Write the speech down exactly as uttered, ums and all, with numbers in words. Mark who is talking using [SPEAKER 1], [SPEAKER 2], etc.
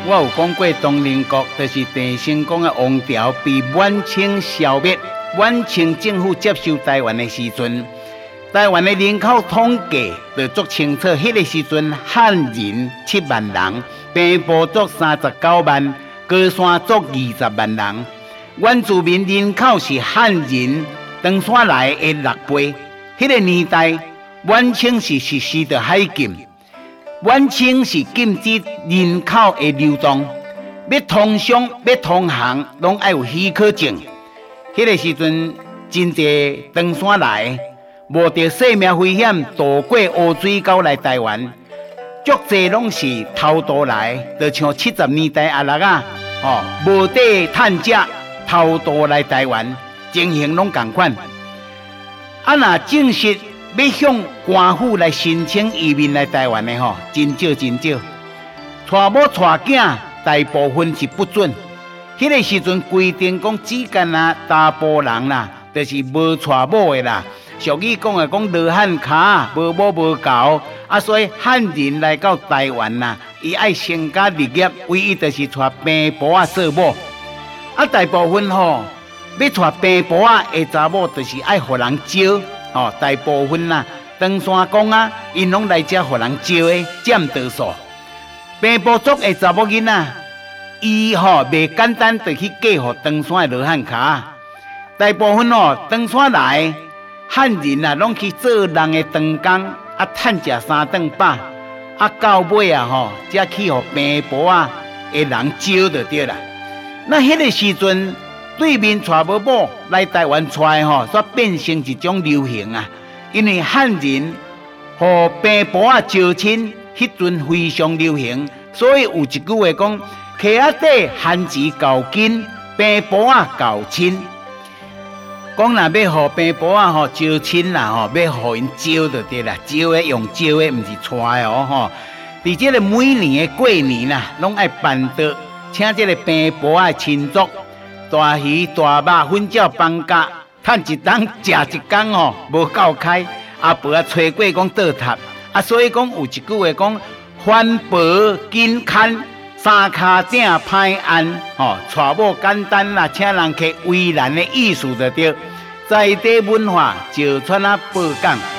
[SPEAKER 1] 我有讲过，东宁国就是郑成功的王朝被满清消灭。满清政府接收台湾的时阵，台湾的人口统计就足清楚。迄个时阵汉人七万人，平埔族三十九万，高山族二十万人。原住民人口是汉人长山来的六倍。迄个年代，满清是实施着海禁。满清是禁止人口的流动，要通商、要通航，拢爱有许可证。迄个时阵，真侪长山来，冒着生命危险渡过乌水沟来台湾，足侪拢是偷渡来，就像七十年代阿六啊，哦，无底探假偷渡来台湾，情形拢同款。啊，若正式要向官府来申请移民来台湾的吼，真少真少。娶某娶囝，大部分是不准。迄个时阵规定讲，只干啊查甫人啦，就是无娶某的啦。俗语讲的讲罗汉脚，无某无狗。啊，所以汉人来到台湾啦，伊爱成家立业，唯一就是娶平埔仔做某。啊，大部分吼要娶平埔仔的查某，就是爱互人招。哦，大部分啦，长山公啊，因拢来遮互人招的，占多数。平埔族的查某囡仔，伊吼袂简单就去嫁互长山的罗汉脚。大部分哦，长山来汉人啊，拢去做人的长工，啊，趁食三顿饱，啊，到尾啊吼，才去互平埔仔的人招就对啦。那迄个时阵，对面娶某某来台湾娶吼，煞变成一种流行啊。因为汉人和平埔仔招亲，迄阵非常流行，所以有一句话讲：溪仔底汉字交紧，平埔仔交亲。讲若要互平埔仔吼招亲啦吼，要互因招就对啦，招的用招的，毋是娶的哦吼。伫即个每年的过年啦，拢爱办桌，请即个平埔仔亲族。大鱼大肉分照放假，趁一顿食一工吼，无够开。阿婆啊，吹过讲倒塌啊，所以讲有一句话讲：翻薄紧牵，三脚正歹安。吼，娶某简单啦，请人客为难的意思就对。在地文化就穿啊宝港。